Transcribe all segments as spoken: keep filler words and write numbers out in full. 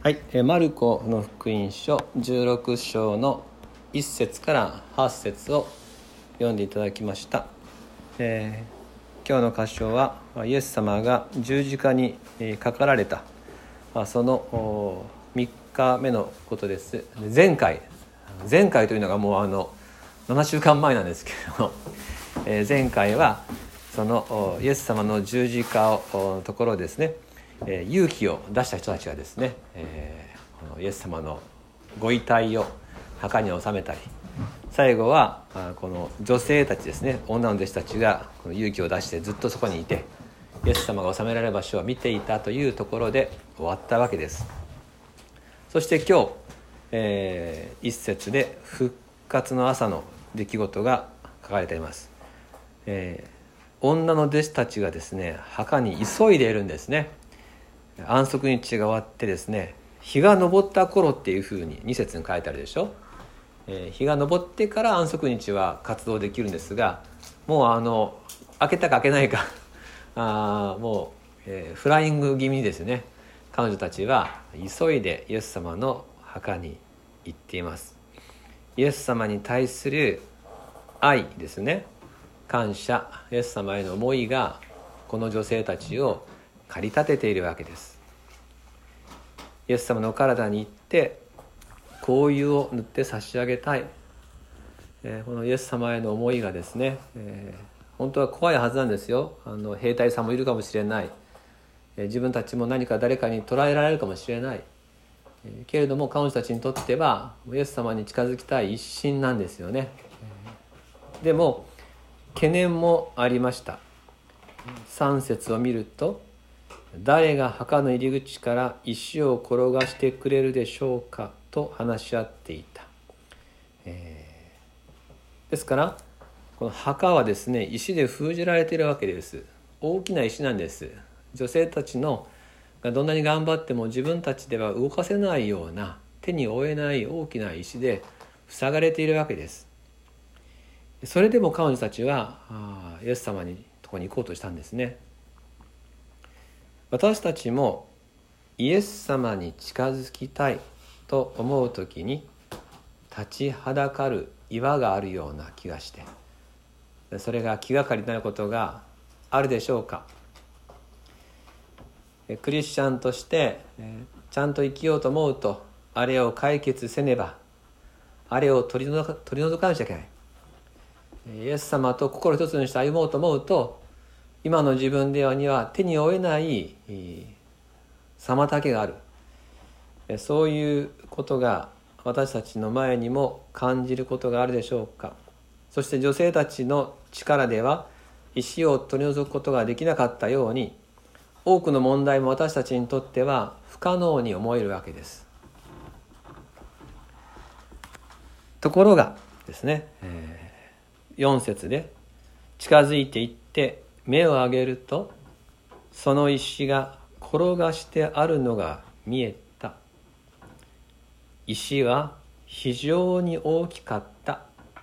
はい、えーマルコの福音書じゅうろく章のいっ節からはち節を読んでいただきました。えー、今日の箇所はイエス様が十字架にかかられたそのみっかめのことです。前回前回というのがもうあのななしゅうかんまえなんですけれども、えー、前回はそのイエス様の十字架のところですね、えー、勇気を出した人たちがですね、えー、このイエス様のご遺体を墓に納めたり、最後はこの女性たちですね、女の弟子たちがこの勇気を出してずっとそこにいて、イエス様が納められる場所を見ていたというところで終わったわけです。そして今日、えー、一節で復活の朝の出来事が書かれています。えー、女の弟子たちがですね、墓に急いでいるんですね。安息日が終わってですね、日が昇った頃っていうふうにに節に書いてあるでしょ。えー、日が昇ってから安息日は活動できるんですが、もうあの開けたか開けないかあもう、えー、フライング気味にですね、彼女たちは急いでイエス様の墓に行っています。イエス様に対する愛ですね、感謝、イエス様への思いがこの女性たちを駆り立てているわけです。イエス様のお体に行って香油を塗って差し上げたい、えー、このイエス様への思いがですね、えー、本当は怖いはずなんですよ。あの兵隊さんもいるかもしれない、えー、自分たちも何か誰かに捕らえられるかもしれない、えー、けれども彼女たちにとってはイエス様に近づきたい一心なんですよね。えー、でも懸念もありました。さん節を見ると、誰が墓の入り口から石を転がしてくれるでしょうかと話し合っていた。えー、ですからこの墓はですね、石で封じられているわけです。大きな石なんです。女性たちのがどんなに頑張っても自分たちでは動かせないような、手に負えない大きな石で塞がれているわけです。それでも彼女たちはあイエス様にとこに行こうとしたんですね。私たちもイエス様に近づきたいと思うときに立ちはだかる岩があるような気がして、それが気がかりになることがあるでしょうか。クリスチャンとしてちゃんと生きようと思うと、あれを解決せねば、あれを取り除か、取り除かなきゃいけない。イエス様と心一つにして歩もうと思うと、今の自分ではには手に負えない妨げがある。そういうことが私たちの前にも感じることがあるでしょうか。そして女性たちの力では石を取り除くことができなかったように、多くの問題も私たちにとっては不可能に思えるわけです。ところがですね、えー、よん節で近づいていって目を上げると、その石が転がしてあるのが見えた。石は非常に大きかった。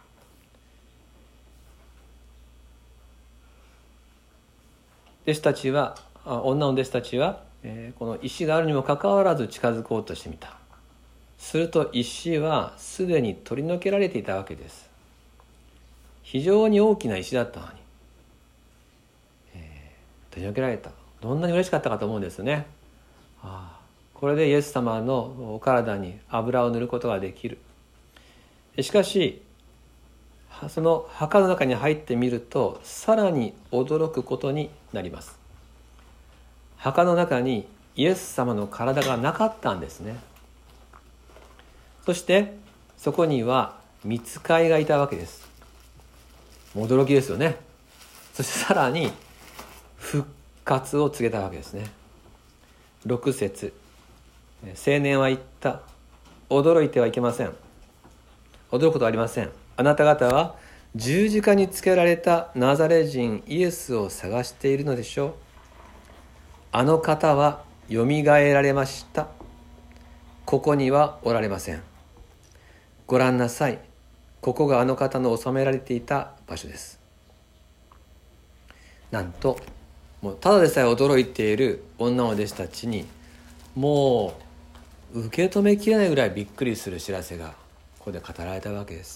弟子たちは、女の弟子たちは、えー、この石があるにもかかわらず近づこうとしてみた。すると石はすでに取り除けられていたわけです。非常に大きな石だったのに、取り除けられた。どんなに嬉しかったかと思うんですね。ああ、これでイエス様のお体に油を塗ることができる。しかしその墓の中に入ってみると、さらに驚くことになります。墓の中にイエス様の体がなかったんですね。そしてそこには御使いがいたわけです。驚きですよね。そしてさらに復活を告げたわけですね。ろく節、青年は言った。驚いてはいけません。驚くことはありません。あなた方は十字架につけられたナザレ人イエスを探しているのでしょう。あの方はよみがえられました。ここにはおられません。ご覧なさい。ここがあの方の収められていた場所です。なんともうただでさえ驚いている女の弟子たちに、もう受け止めきれないぐらいびっくりする知らせがここで語られたわけです。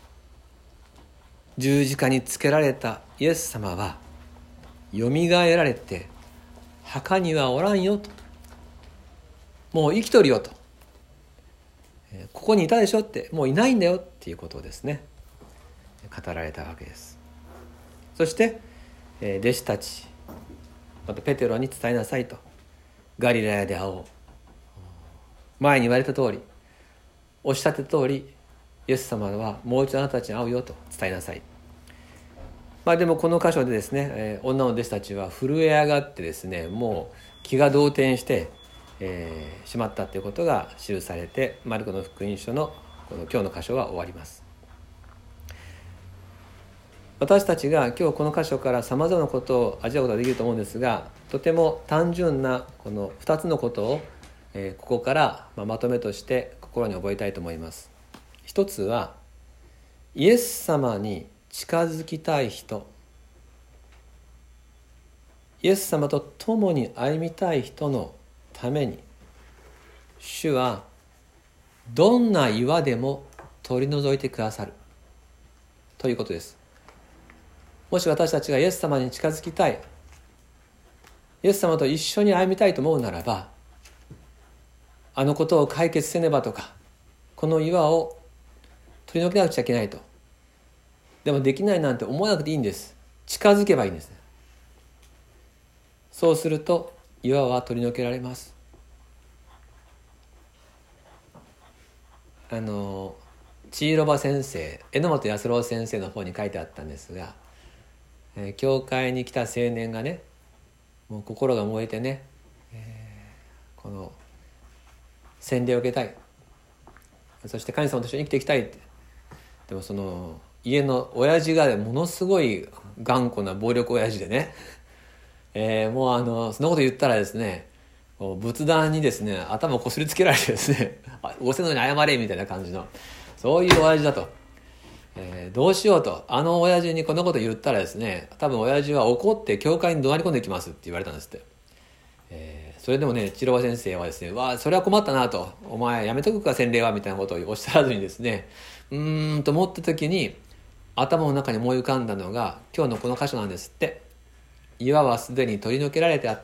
十字架につけられたイエス様はよみがえられて墓にはおらんよと、もう生きとるよと、ここにいたでしょって、もういないんだよっていうことをですね語られたわけです。そして弟子たち、またペテロに伝えなさいと、ガリラヤで会おう、前に言われた通り、おっしゃってた通りイエス様はもう一度あなたたちに会うよと伝えなさい。まあでもこの箇所でですね、えー、女の弟子たちは震え上がってですね、もう気が動転して、えー、しまったということが記されて、マルコの福音書のこの今日の箇所は終わります。私たちが今日この箇所からさまざまなことを味わうことができると思うんですが、とても単純なこのふたつのことを、えー、ここからまとめとして心に覚えたいと思います。一つは、イエス様に近づきたい人、イエス様と共に歩みたい人のために、主はどんな岩でも取り除いてくださるということです。もし私たちがイエス様に近づきたい、イエス様と一緒に歩みたいと思うならば、あのことを解決せねばとか、この岩を取り除けなくちゃいけないと、でもできないなんて思わなくていいんです。近づけばいいんです。そうすると岩は取り除けられます。あの千尋場先生、榎本康郎先生の方に書いてあったんですが、えー、教会に来た青年がね、もう心が燃えてね、えー、この洗礼を受けたい、そして神様と一緒に生きていきたいって。でもその家の親父がものすごい頑固な暴力親父でね、えー、もうあのそんなこと言ったらですね、仏壇にですね頭をこすりつけられてですねご先祖に謝れみたいな感じの、そういう親父だと、えー、どうしようと、あの親父にこんなこと言ったらですね、多分親父は怒って教会に怒鳴り込んできますって言われたんですって。えー、それでもね、千葉先生はですね、わあそれは困ったなと、お前やめとくか洗礼はみたいなことをおっしゃらずにですね、うーんと思った時に頭の中に思い浮かんだのが今日のこの箇所なんですって。岩はすでに取り除けられてあった。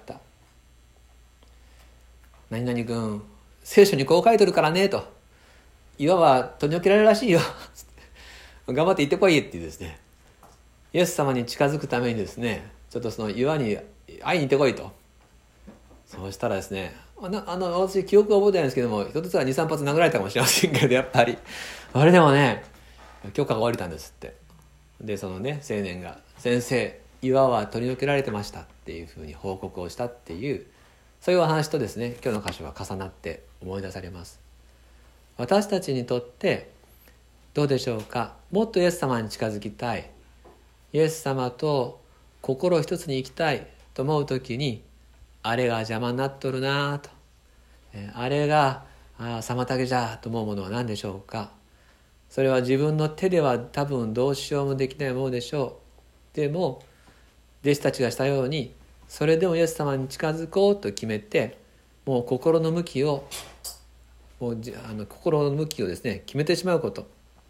何々君、聖書にこう書いてるからねと、岩は取り除けられるらしいよ頑張って行ってこいってですね、イエス様に近づくためにですね、ちょっとその岩に会いに行ってこいと。そうしたらですね、あのあの私記憶が覚えてないんですけども、一つは にさん発殴られたかもしれませんけど、やっぱりあれでもね許可が下りたんですって。でそのね青年が、先生岩は取り除けられてましたっていうふうに報告をしたっていう、そういうお話とですね今日の箇所は重なって思い出されます。私たちにとってどうでしょうか。もっとイエス様に近づきたい、イエス様と心を一つに生きたいと思うときに、あれが邪魔になっとるなと、あれがあ妨げじゃと思うものは何でしょうか。それは自分の手では多分どうしようもできないものでしょう。でも弟子たちがしたように、それでもイエス様に近づこうと決めて、もう心の向きをもうあの心の向きをですね決めてしまうこと。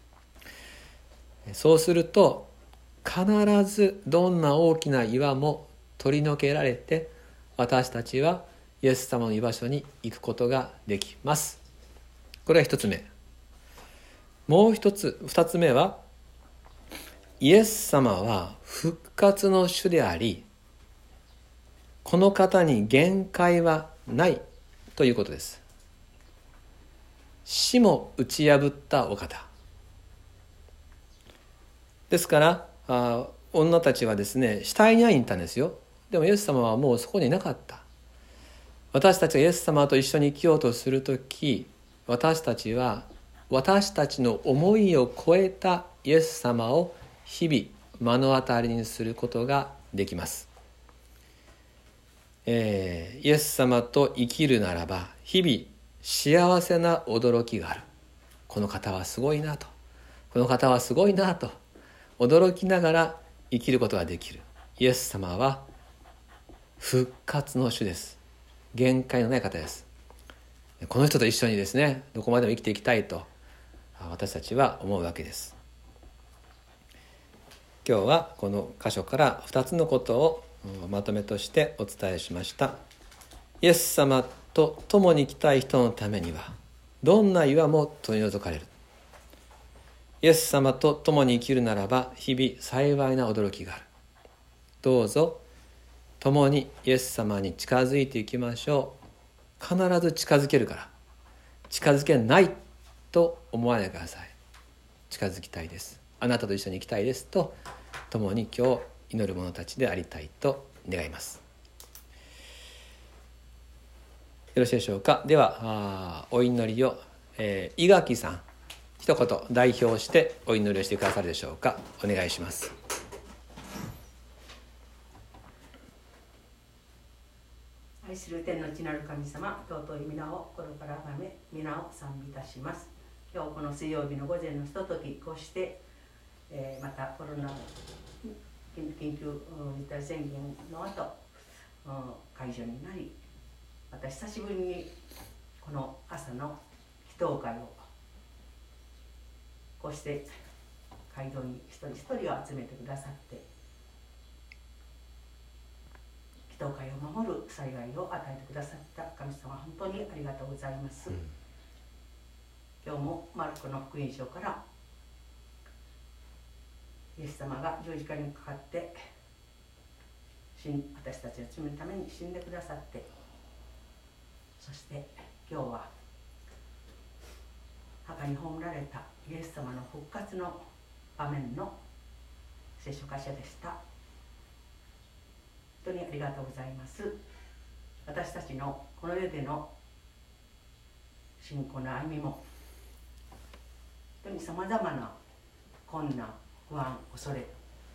そうすると必ずどんな大きな岩も取り除けられて、私たちはイエス様の居場所に行くことができます。これは一つ目。もう一つ、二つ目は、イエス様は復活の主であり、この方に限界はないということです。死も打ち破ったお方ですから、あ女たちはですね死体に会いに行ったんですよ。でもイエス様はもうそこにいなかった。私たちがイエス様と一緒に生きようとするとき、私たちは私たちの思いを超えたイエス様を日々目の当たりにすることができます。えー、イエス様と生きるならば日々幸せな驚きがある。この方はすごいなと、この方はすごいなと驚きながら生きることができる。イエス様は復活の主です。限界のない方です。 この人と一緒にですねどこまでも生きていきたいと私たちは思うわけです。今日はこの箇所からふたつのことをまとめとしてお伝えしました。イエス様と共に生きたい人のためにはどんな岩も取り除かれる。イエス様と共に生きるならば日々幸いな驚きがある。どうぞ共にイエス様に近づいていきましょう。必ず近づけるから、近づけないと思わないでください。近づきたいです、あなたと一緒に行きたいですと共に今日祈る者たちでありたいと願います。よろしいでしょうか。ではあお祈りを、えー、伊垣さん一言代表してお祈りをしてくださるでしょうか。お願いします。 愛する天の地なる神様、尊い皆を心から崇め皆を賛美いたします。今日この水曜日の午前のひととき、こうして、えー、またコロナ緊急事態宣言の後解除になり、また久しぶりにこの朝の祈祷会をこうして会堂に一人一人を集めてくださって、祈祷会を守る幸いを与えてくださった神様、本当にありがとうございます、うん、今日もマルコの福音書からイエス様が十字架にかかって私たちの罪のために死んでくださって、そして今日は墓に葬られたイエス様の復活の場面の聖書箇所でした。本当にありがとうございます。私たちのこの世での信仰の歩みも本当にさまざまな困難、不安、恐れ、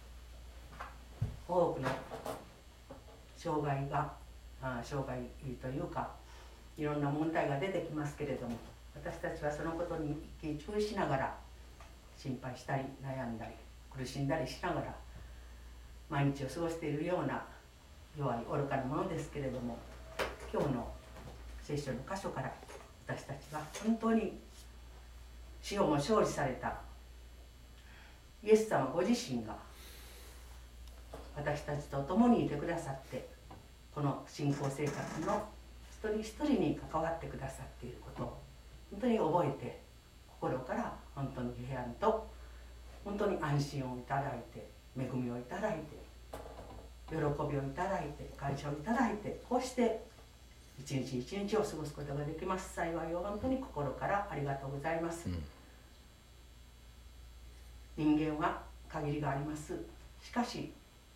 多くの障害があ障害というかいろんな問題が出てきますけれども、私たちはそのことに一喜一憂しながら心配したり悩んだり苦しんだりしながら毎日を過ごしているような弱い愚かなものですけれども、今日の聖書の箇所から私たちは本当に死をも勝利されたイエス様ご自身が私たちと共にいてくださって、この信仰生活の一人一人に関わってくださっていることを本当に覚えて、心から本当に平安と本当に安心をいただいて、恵みをいただいて、喜びをいただいて、感謝をいただいて、こうして一日一日を過ごすことができます。幸いを本当に心からありがとうございます、うん、人間は限りがあります。しかし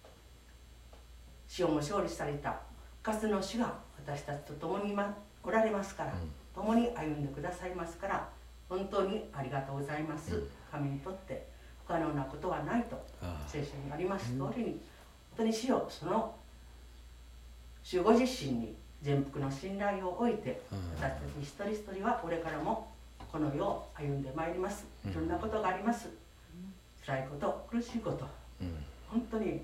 死をも勝利された復活の主が私たちと共に今おられますから、うん、共に歩んでくださいますから、本当にありがとうございます、うん、神にとって不可能なことはないと聖書にあります通りに、本当に死をその主ご自身に全幅の信頼を置いて、私たち一人一人はこれからもこの世を歩んでまいります。いろんなことがあります、辛いこと、苦しいこと、本当に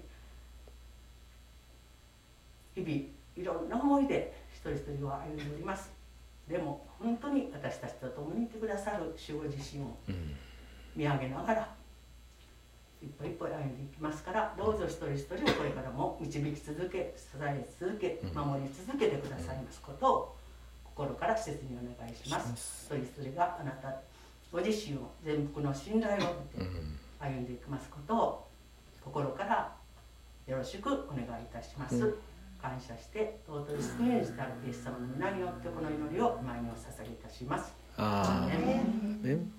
日々いろんな思いで一人一人は歩んでおります。でも本当に私たちと共にいてくださる主ご自身を見上げながら一歩一歩歩んでいきますから、どうぞ一人一人をこれからも導き続け、支え続け、守り続けてくださいますことを心から切にお願いします。一人一人があなたご自身を全幅の信頼を持って歩んでいきますことを心からよろしくお願いいたします、うん、感謝して尊い救い主であるイエス様の皆によってこの祈りを前にお捧げいたします。 アーメン。